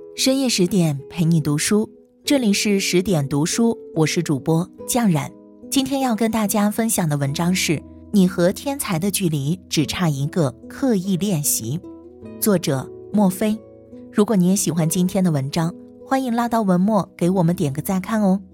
深夜10点陪你读书，这里是10点读书，我是主播酱冉。今天要跟大家分享的文章是你和天才的距离只差一个刻意练习，作者莫非。如果你也喜欢今天的文章，欢迎拉到文末给我们点个赞看哦。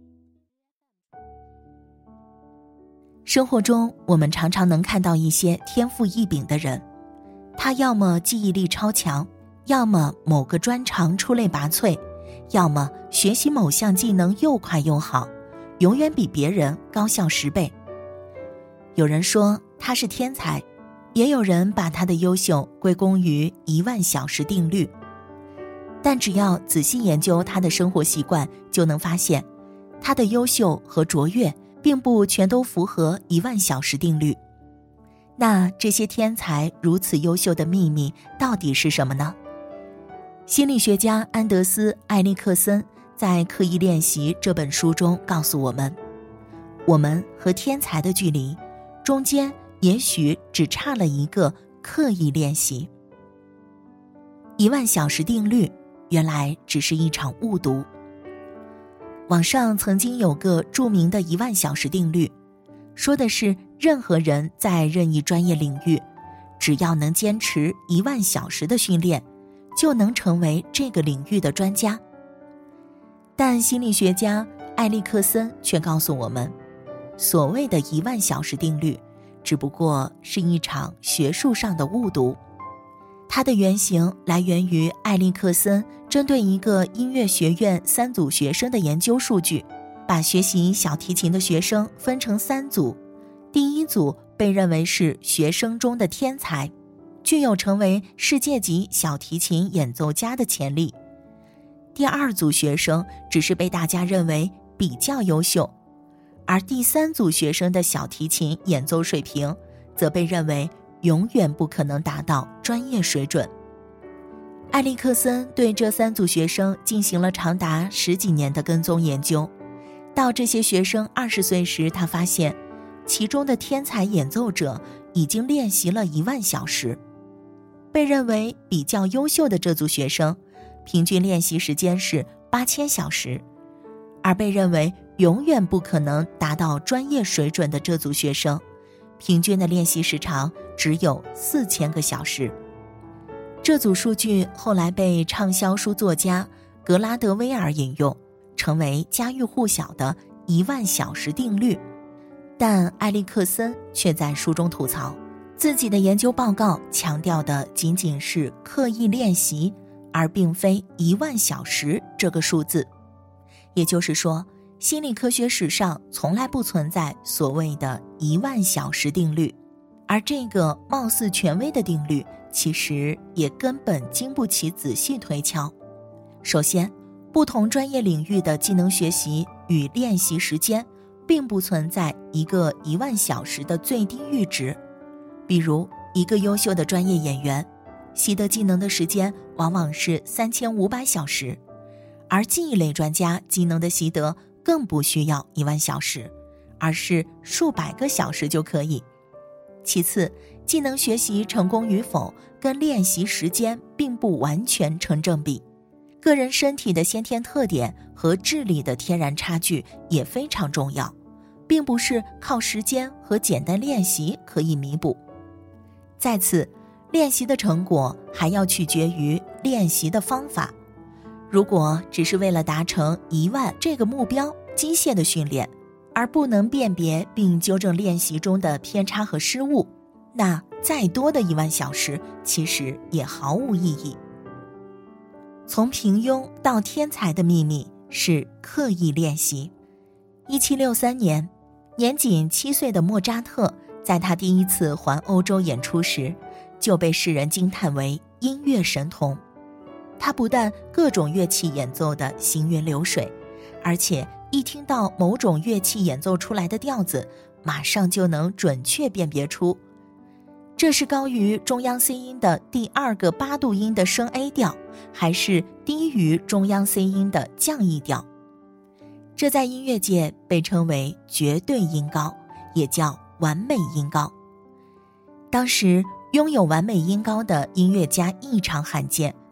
生活中我们常常能看到一些天赋异禀的人，他要么记忆力超强，要么某个专长出类拔萃，要么学习某项技能又快又好，永远比别人高效10倍。有人说他是天才，也有人把他的优秀归功于10000小时定律。但只要仔细研究他的生活习惯，就能发现他的优秀和卓越并不全都符合10000小时定律。那这些天才如此优秀的秘密到底是什么呢？心理学家安德斯·艾利克森在《刻意练习》这本书中告诉我们，我们和天才的距离中间也许只差了一个刻意练习。10000小时定律原来只是一场误读。网上曾经有个著名的10000小时定律，说的是任何人在任意专业领域，只要能坚持10000小时的训练，就能成为这个领域的专家。但心理学家艾利克森却告诉我们，所谓的10000小时定律只不过是一场学术上的误读。它的原型来源于艾利克森针对一个音乐学院3组学生的研究数据，把学习小提琴的学生分成3组。第一组被认为是学生中的天才，具有成为世界级小提琴演奏家的潜力。第2组学生只是被大家认为比较优秀，而第3组学生的小提琴演奏水平则被认为永远不可能达到专业水准。艾利克森对这3组学生进行了长达10几年的跟踪研究，到这些学生20岁时，他发现其中的天才演奏者已经练习了10000小时。被认为比较优秀的这组学生平均练习时间是8000小时，而被认为永远不可能达到专业水准的这组学生平均的练习时长只有4000个小时。这组数据后来被畅销书作家格拉德威尔引用，成为家喻户晓的10000小时定律。但艾利克森却在书中吐槽，自己的研究报告强调的仅仅是刻意练习，而并非10000小时这个数字。也就是说，心理科学史上从来不存在所谓的10000小时定律，而这个貌似权威的定律其实也根本经不起仔细推敲。首先，不同专业领域的技能学习与练习时间并不存在一个10000小时的最低阈值。比如一个优秀的专业演员习得技能的时间往往是3500小时，而记忆类专家技能的习得更不需要10000小时，而是数百个小时就可以。其次，技能学习成功与否跟练习时间并不完全成正比，个人身体的先天特点和智力的天然差距也非常重要，并不是靠时间和简单练习可以弥补。再次，练习的成果还要取决于练习的方法。如果只是为了达成10000这个目标机械的训练，而不能辨别并纠正练习中的偏差和失误，那再多的10000小时其实也毫无意义。从平庸到天才的秘密是刻意练习。1763年，年仅7岁的莫扎特在他第一次环欧洲演出时，就被世人惊叹为音乐神童。他不但各种乐器演奏的行云流水，而且一听到某种乐器演奏出来的调子，马上就能准确辨别出这是高于中央 C 音的第2个8度音的升 A 调，还是低于中央 C 音的降 E 调。这在音乐界被称为绝对音高，也叫完美音高。当时拥有完美音高的音乐家异常罕见，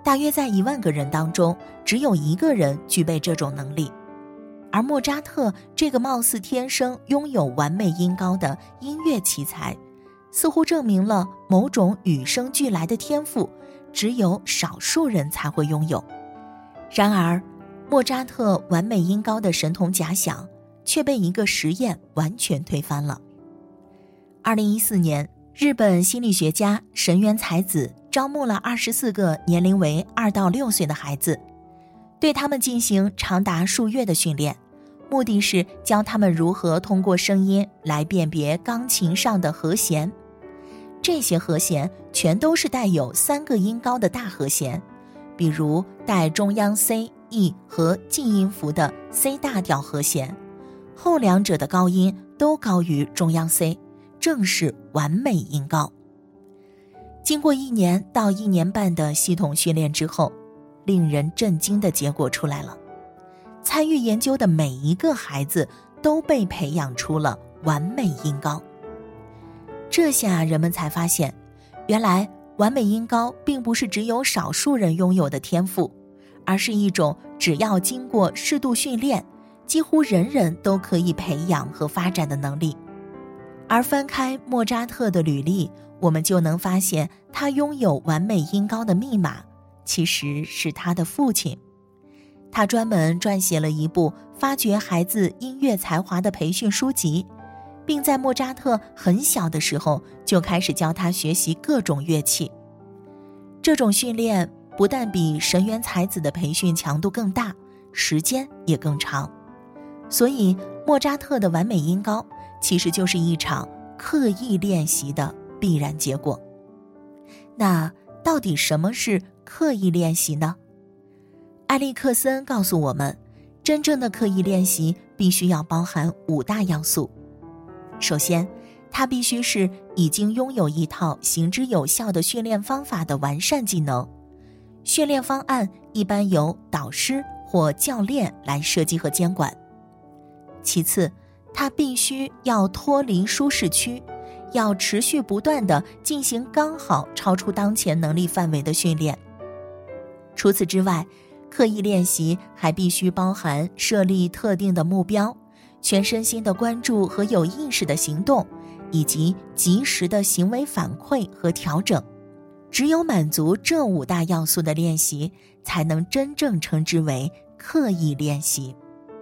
大约在1万个人当中，只有1个人具备这种能力。而莫扎特这个貌似天生拥有完美音高的音乐奇才，似乎证明了某种与生俱来的天赋，只有少数人才会拥有。然而，莫扎特完美音高的神童假想却被一个实验完全推翻了。2014年，日本心理学家神原彩子招募了24个年龄为2到6岁的孩子，对他们进行长达数月的训练，目的是教他们如何通过声音来辨别钢琴上的和弦。这些和弦全都是带有3个音高的大和弦，比如带中央 C、E 和近音符的 C 大调和弦，后两者的高音都高于中央 C， 正是完美音高。经过1年到1年半的系统训练之后，令人震惊的结果出来了。参与研究的每一个孩子都被培养出了完美音高。这下人们才发现，原来完美音高并不是只有少数人拥有的天赋，而是一种只要经过适度训练，几乎人人都可以培养和发展的能力。而翻开莫扎特的履历，我们就能发现他拥有完美音高的密码其实是他的父亲。他专门撰写了一部发掘孩子音乐才华的培训书籍，并在莫扎特很小的时候就开始教他学习各种乐器。这种训练不但比神原彩子的培训强度更大，时间也更长。所以莫扎特的完美音高其实就是一场刻意练习的必然结果。那到底什么是刻意练习呢？埃利克森告诉我们，真正的刻意练习必须要包含5大要素。首先，它必须是已经拥有一套行之有效的训练方法的完善技能。训练方案一般由导师或教练来设计和监管。其次，它必须要脱离舒适区，要持续不断地进行刚好超出当前能力范围的训练。除此之外，刻意练习还必须包含设立特定的目标，全身心的关注和有意识的行动，以及及时的行为反馈和调整。只有满足这5大要素的练习，才能真正称之为刻意练习。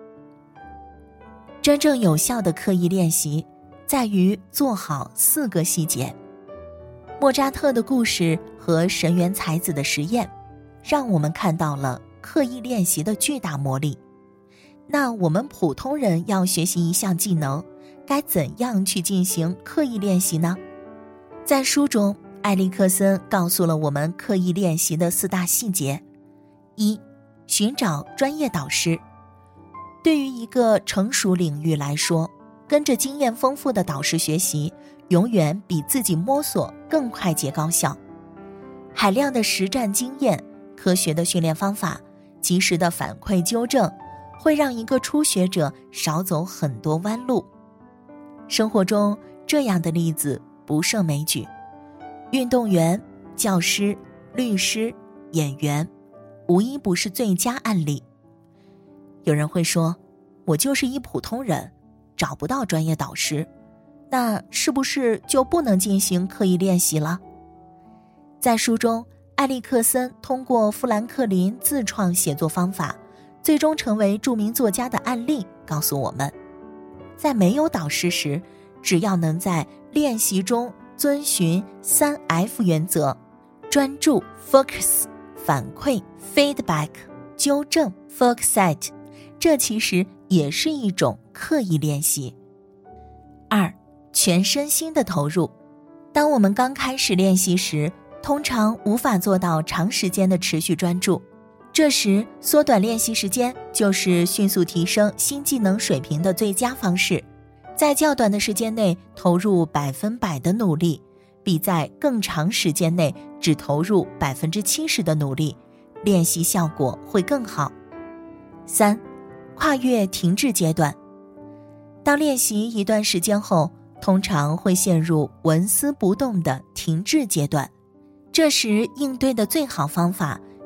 真正有效的刻意练习在于做好4个细节。莫扎特的故事和神原彩子的实验，让我们看到了刻意练习的巨大魔力。那我们普通人要学习一项技能，该怎样去进行刻意练习呢？在书中，埃利克森告诉了我们刻意练习的4大细节。1、寻找专业导师。对于一个成熟领域来说，跟着经验丰富的导师学习，永远比自己摸索更快捷高效。海量的实战经验，科学的训练方法，及时的反馈纠正，会让一个初学者少走很多弯路。生活中这样的例子不胜枚举，运动员、教师、律师、演员，无一不是最佳案例。有人会说，我就是一普通人，找不到专业导师，那是不是就不能进行刻意练习了？在书中，埃利克森通过富兰克林自创写作方法，最终成为著名作家的案例，告诉我们，在没有导师时，只要能在练习中遵循3F 原则，专注 focus、反馈 feedback、纠正 foresight， 这其实也是一种刻意练习。2、全身心的投入。当我们刚开始练习时，通常无法做到长时间的持续专注，这时缩短练习时间就是迅速提升新技能水平的最佳方式。在较短的时间内投入100%的努力，比在更长时间内只投入70%的努力，练习效果会更好。3、跨越停滞阶段。当练习一段时间后，通常会陷入纹丝不动的停滞阶段，这时应对的最好方法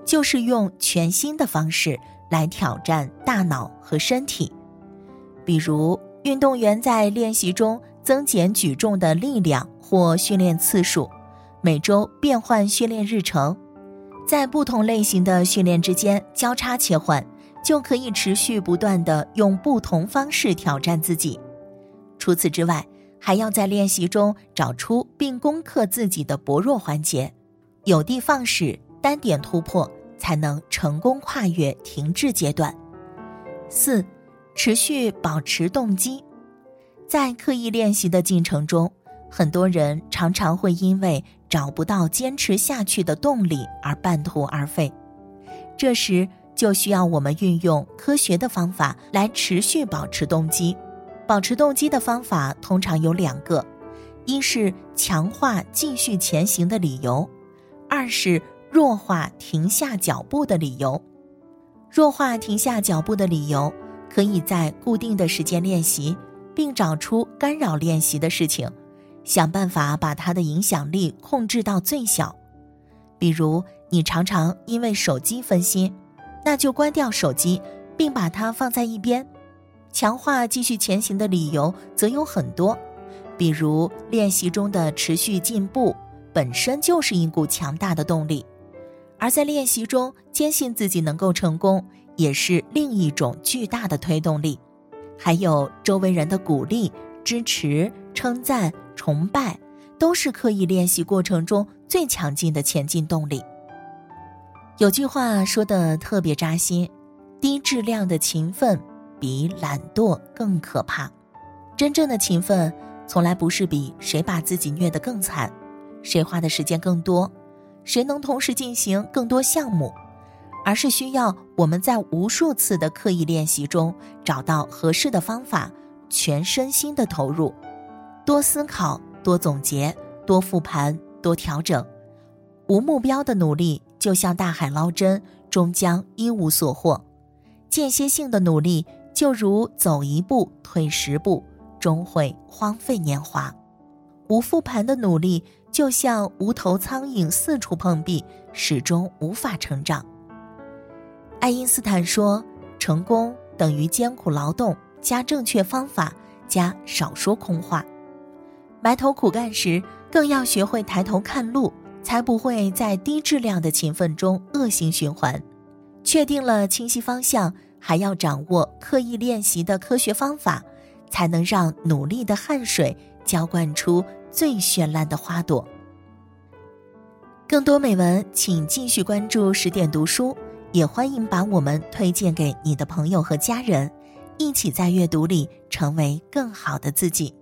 就是用全新的方式来挑战大脑和身体。比如，运动员在练习中增减举重的力量或训练次数，每周变换训练日程，在不同类型的训练之间交叉切换，就可以持续不断地用不同方式挑战自己。除此之外，还要在练习中找出并攻克自己的薄弱环节，有的放矢，单点突破，才能成功跨越停滞阶段。4. 持续保持动机。在刻意练习的进程中，很多人常常会因为找不到坚持下去的动力而半途而废。这时就需要我们运用科学的方法来持续保持动机。保持动机的方法通常有2个，一是强化继续前行的理由，二是弱化停下脚步的理由。弱化停下脚步的理由，可以在固定的时间练习，并找出干扰练习的事情，想办法把它的影响力控制到最小。比如，你常常因为手机分心，那就关掉手机，并把它放在一边。强化继续前行的理由则有很多，比如练习中的持续进步本身就是一股强大的动力，而在练习中坚信自己能够成功，也是另一种巨大的推动力。还有周围人的鼓励、支持、称赞、崇拜，都是刻意练习过程中最强劲的前进动力。有句话说得特别扎心，低质量的勤奋比懒惰更可怕。真正的勤奋从来不是比谁把自己虐得更惨，谁花的时间更多，谁能同时进行更多项目，而是需要我们在无数次的刻意练习中找到合适的方法，全身心的投入，多思考，多总结，多复盘，多调整。无目标的努力就像大海捞针，终将一无所获。间歇性的努力就如走一步退10步，终会荒废年华。无复盘的努力就像无头苍蝇四处碰壁，始终无法成长。爱因斯坦说，成功等于艰苦劳动加正确方法加少说空话。埋头苦干时，更要学会抬头看路，才不会在低质量的勤奋中恶性循环。确定了清晰方向，还要掌握刻意练习的科学方法，才能让努力的汗水浇灌出最绚烂的花朵。更多美文请继续关注10点读书，也欢迎把我们推荐给你的朋友和家人，一起在阅读里成为更好的自己。